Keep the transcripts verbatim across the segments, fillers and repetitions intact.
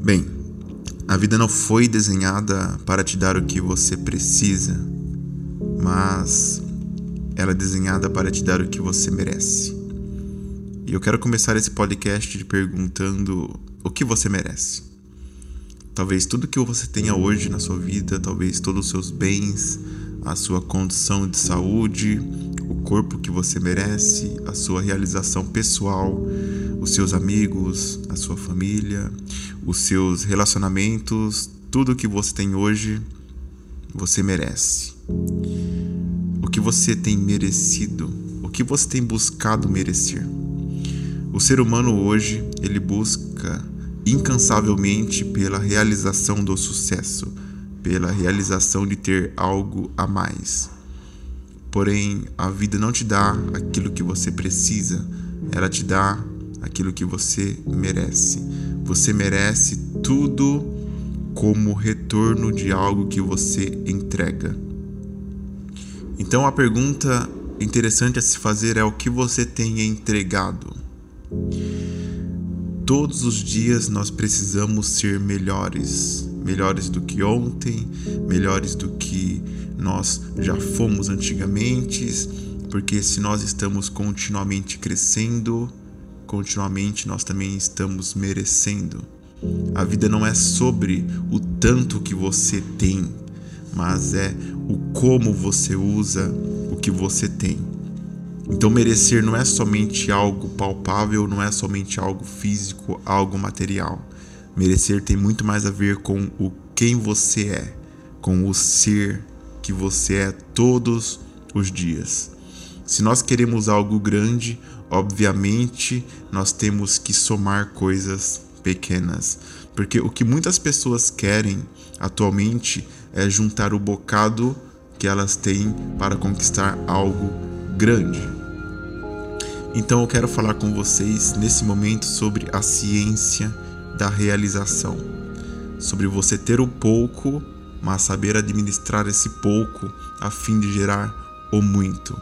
Bem, a vida não foi desenhada para te dar o que você precisa, mas ela é desenhada para te dar o que você merece. E eu quero começar esse podcast te perguntando o que você merece. Talvez tudo que você tenha hoje na sua vida, talvez todos os seus bens, a sua condição de saúde, o corpo que você merece, a sua realização pessoal, os seus amigos, a sua família, os seus relacionamentos, tudo que você tem hoje, você merece. O que você tem merecido, o que você tem buscado merecer. O ser humano hoje, ele busca incansavelmente pela realização do sucesso, pela realização de ter algo a mais. Porém, a vida não te dá aquilo que você precisa, ela te dá aquilo que você merece. Você merece tudo como retorno de algo que você entrega. Então a pergunta interessante a se fazer é o que você tem entregado. Todos os dias nós precisamos ser melhores, melhores do que ontem, melhores do que nós já fomos antigamente, porque se nós estamos continuamente crescendo, continuamente nós também estamos merecendo. A vida não é sobre o tanto que você tem, mas é o como você usa o que você tem. Então merecer não é somente algo palpável, não é somente algo físico, algo material. Merecer tem muito mais a ver com o quem você é, com o ser que você é todos os dias. Se nós queremos algo grande, obviamente nós temos que somar coisas pequenas. Porque o que muitas pessoas querem atualmente é juntar o bocado que elas têm para conquistar algo grande. Então eu quero falar com vocês nesse momento sobre a ciência da realização, sobre você ter o pouco, mas saber administrar esse pouco a fim de gerar o muito.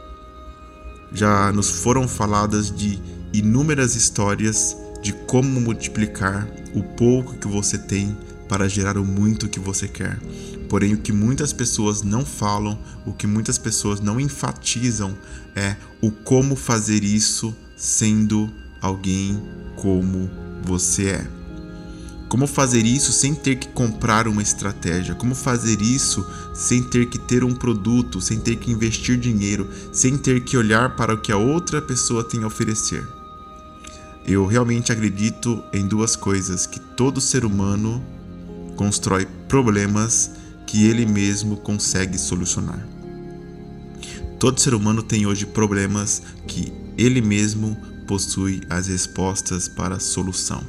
Já nos foram faladas de inúmeras histórias de como multiplicar o pouco que você tem para gerar o muito que você quer. Porém, o que muitas pessoas não falam, o que muitas pessoas não enfatizam é o como fazer isso sendo alguém como você é. Como fazer isso sem ter que comprar uma estratégia? Como fazer isso sem ter que ter um produto, sem ter que investir dinheiro, sem ter que olhar para o que a outra pessoa tem a oferecer? Eu realmente acredito em duas coisas: que todo ser humano constrói problemas que ele mesmo consegue solucionar. Todo ser humano tem hoje problemas que ele mesmo possui as respostas para a solução.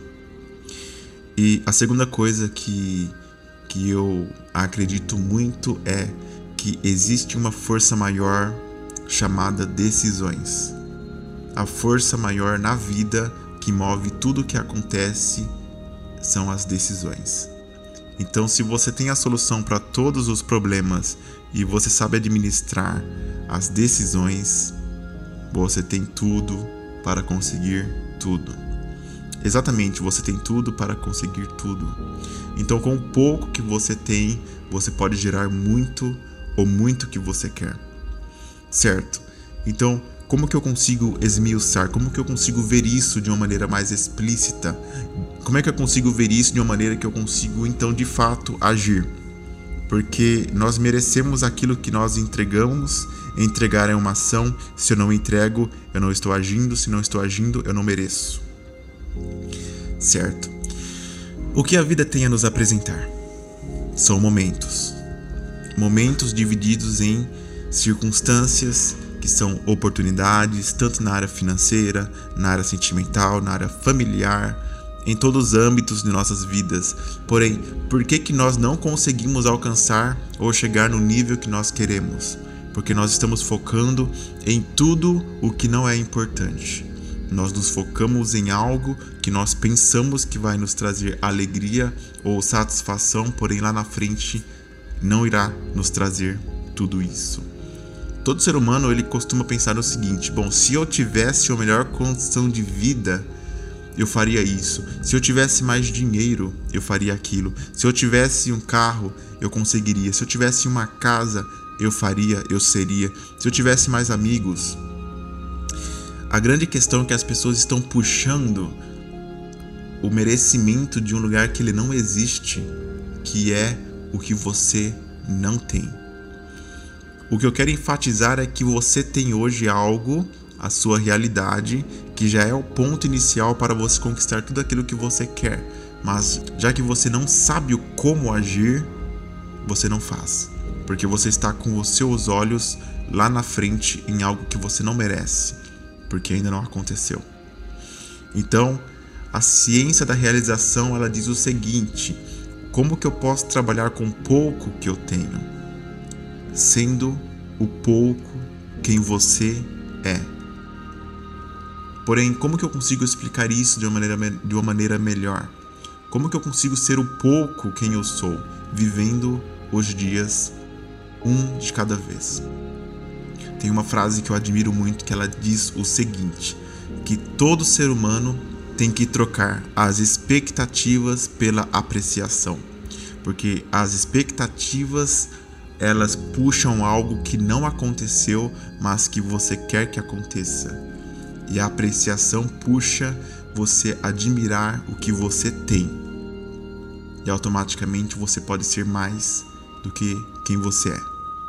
E a segunda coisa que, que eu acredito muito é que existe uma força maior chamada decisões. A força maior na vida que move tudo o que acontece são as decisões. Então, se você tem a solução para todos os problemas e você sabe administrar as decisões, você tem tudo para conseguir tudo. Exatamente, você tem tudo para conseguir tudo. Então, com o pouco que você tem, você pode gerar muito ou muito que você quer. Certo? Então, como que eu consigo esmiuçar? Como que eu consigo ver isso de uma maneira mais explícita? Como é que eu consigo ver isso de uma maneira que eu consigo, então, de fato, agir? Porque nós merecemos aquilo que nós entregamos. Entregar é uma ação. Se eu não entrego, eu não estou agindo. Se não estou agindo, eu não mereço. Certo? O que a vida tem a nos apresentar? São momentos. Momentos divididos em circunstâncias que são oportunidades, tanto na área financeira, na área sentimental, na área familiar, em todos os âmbitos de nossas vidas. Porém, por que que nós não conseguimos alcançar ou chegar no nível que nós queremos? Porque nós estamos focando em tudo o que não é importante. Nós nos focamos em algo que nós pensamos que vai nos trazer alegria ou satisfação, porém lá na frente não irá nos trazer tudo isso. Todo ser humano ele costuma pensar o seguinte: bom, se eu tivesse a melhor condição de vida, eu faria isso. Se eu tivesse mais dinheiro, eu faria aquilo. Se eu tivesse um carro, eu conseguiria. Se eu tivesse uma casa, eu faria, eu seria. Se eu tivesse mais amigos. A grande questão é que as pessoas estão puxando o merecimento de um lugar que ele não existe, que é o que você não tem. O que eu quero enfatizar é que você tem hoje algo, a sua realidade, que já é o ponto inicial para você conquistar tudo aquilo que você quer. Mas já que você não sabe o como agir, você não faz. Porque você está com os seus olhos lá na frente em algo que você não merece, porque ainda não aconteceu. Então, a ciência da realização, ela diz o seguinte: como que eu posso trabalhar com o pouco que eu tenho, sendo o pouco quem você é? Porém, como que eu consigo explicar isso de uma maneira, de uma maneira melhor? Como que eu consigo ser o pouco quem eu sou, vivendo os dias um de cada vez? Tem uma frase que eu admiro muito, que ela diz o seguinte: que todo ser humano tem que trocar as expectativas pela apreciação, porque as expectativas, elas puxam algo que não aconteceu, mas que você quer que aconteça, e a apreciação puxa você a admirar o que você tem, e automaticamente você pode ser mais do que quem você é.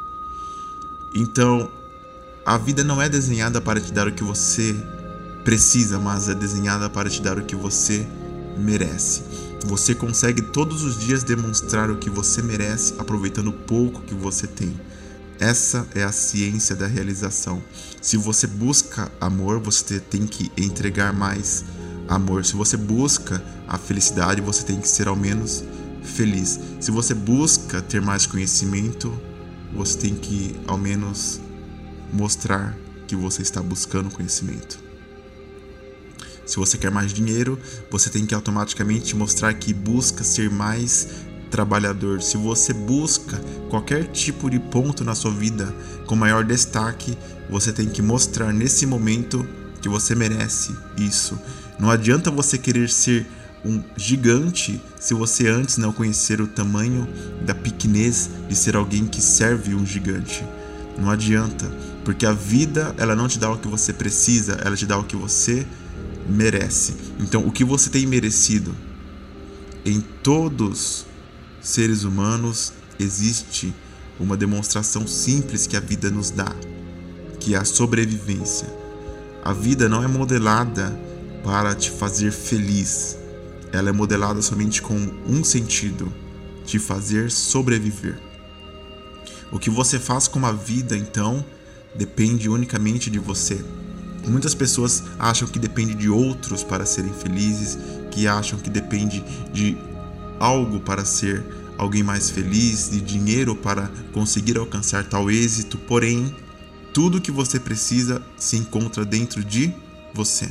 Então, a vida não é desenhada para te dar o que você precisa, mas é desenhada para te dar o que você merece. Você consegue todos os dias demonstrar o que você merece, aproveitando o pouco que você tem. Essa é a ciência da realização. Se você busca amor, você tem que entregar mais amor. Se você busca a felicidade, você tem que ser ao menos feliz. Se você busca ter mais conhecimento, você tem que ao menos mostrar que você está buscando conhecimento. Se você quer mais dinheiro, você tem que automaticamente mostrar que busca ser mais trabalhador. Se você busca qualquer tipo de ponto na sua vida com maior destaque, você tem que mostrar nesse momento que você merece isso. Não adianta você querer ser um gigante se você antes não conhecer o tamanho da pequenez de ser alguém que serve um gigante. Não adianta, porque a vida, ela não te dá o que você precisa, ela te dá o que você merece. Então, o que você tem merecido? Em todos os seres humanos existe uma demonstração simples que a vida nos dá, que é a sobrevivência. A vida não é modelada para te fazer feliz, ela é modelada somente com um sentido: te fazer sobreviver. O que você faz com a vida, então, depende unicamente de você. Muitas pessoas acham que depende de outros para serem felizes, que acham que depende de algo para ser alguém mais feliz, de dinheiro para conseguir alcançar tal êxito. Porém, tudo que você precisa se encontra dentro de você.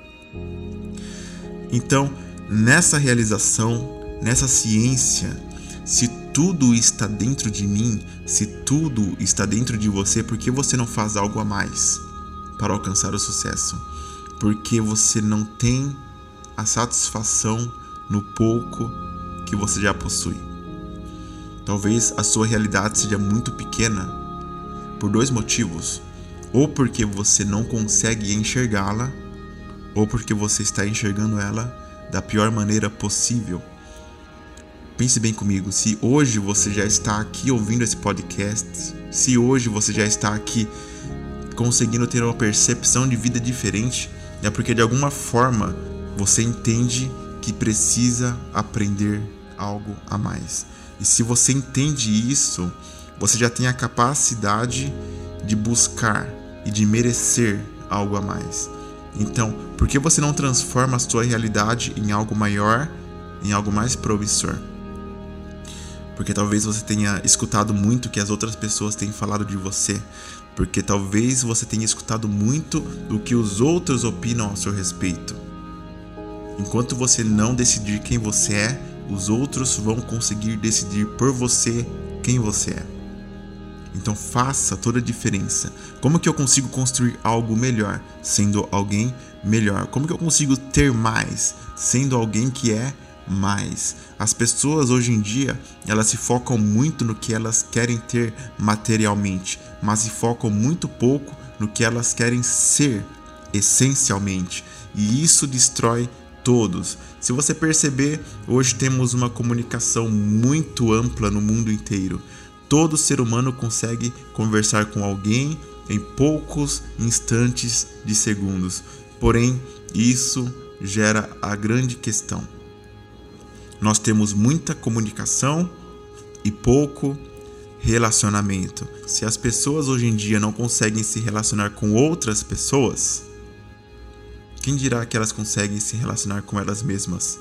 Então, nessa realização, nessa ciência, se tudo está dentro de mim, se tudo está dentro de você, por que você não faz algo a mais para alcançar o sucesso? Porque você não tem a satisfação no pouco que você já possui. Talvez a sua realidade seja muito pequena por dois motivos: ou porque você não consegue enxergá-la, ou porque você está enxergando ela da pior maneira possível. Pense bem comigo, se hoje você já está aqui ouvindo esse podcast, se hoje você já está aqui conseguindo ter uma percepção de vida diferente, é porque de alguma forma você entende que precisa aprender algo a mais. E se você entende isso, você já tem a capacidade de buscar e de merecer algo a mais. Então, por que você não transforma a sua realidade em algo maior, em algo mais promissor? Porque talvez você tenha escutado muito o que as outras pessoas têm falado de você. Porque talvez você tenha escutado muito do que os outros opinam ao seu respeito. Enquanto você não decidir quem você é, os outros vão conseguir decidir por você quem você é. Então faça toda a diferença. Como que eu consigo construir algo melhor? Sendo alguém melhor? Como que eu consigo ter mais sendo alguém que é mais? As pessoas hoje em dia, elas se focam muito no que elas querem ter materialmente, mas se focam muito pouco no que elas querem ser essencialmente, e isso destrói todos. Se você perceber, hoje temos uma comunicação muito ampla no mundo inteiro. Todo ser humano consegue conversar com alguém em poucos instantes de segundos. Porém, isso gera a grande questão. Nós temos muita comunicação e pouco relacionamento. Se as pessoas hoje em dia não conseguem se relacionar com outras pessoas, quem dirá que elas conseguem se relacionar com elas mesmas?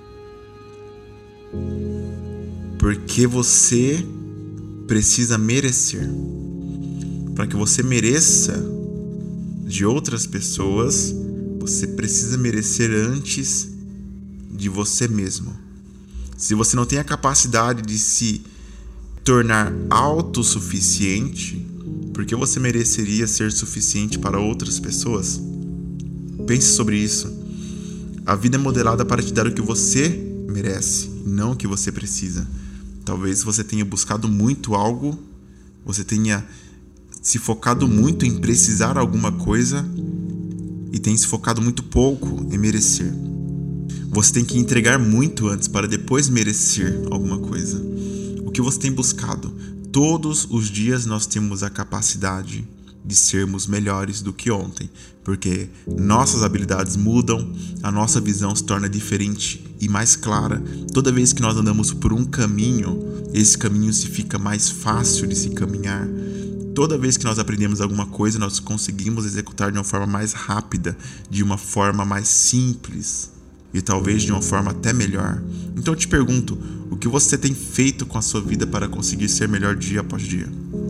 Porque você precisa merecer. Para que você mereça de outras pessoas, você precisa merecer antes de você mesmo. Se você não tem a capacidade de se tornar autossuficiente, por que você mereceria ser suficiente para outras pessoas? Pense sobre isso. A vida é modelada para te dar o que você merece, não o que você precisa. Talvez você tenha buscado muito algo, você tenha se focado muito em precisar alguma coisa e tenha se focado muito pouco em merecer. Você tem que entregar muito antes para depois merecer alguma coisa. O que você tem buscado? Todos os dias nós temos a capacidade de sermos melhores do que ontem, porque nossas habilidades mudam, a nossa visão se torna diferente e mais clara. Toda vez que nós andamos por um caminho, esse caminho se fica mais fácil de se caminhar. Toda vez que nós aprendemos alguma coisa, nós conseguimos executar de uma forma mais rápida, de uma forma mais simples e talvez de uma forma até melhor. Então eu te pergunto, o que você tem feito com a sua vida para conseguir ser melhor dia após dia?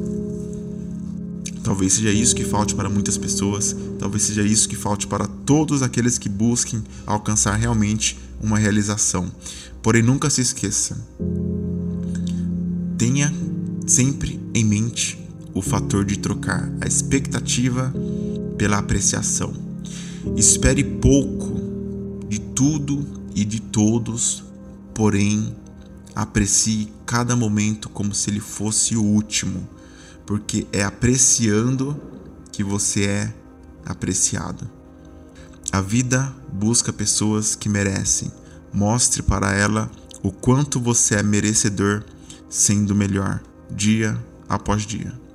Talvez seja isso que falte para muitas pessoas, talvez seja isso que falte para todos aqueles que busquem alcançar realmente uma realização. Porém, nunca se esqueça, tenha sempre em mente o fator de trocar a expectativa pela apreciação. Espere pouco de tudo e de todos, porém, aprecie cada momento como se ele fosse o último. Porque é apreciando que você é apreciado. A vida busca pessoas que merecem. Mostre para ela o quanto você é merecedor, sendo melhor dia após dia.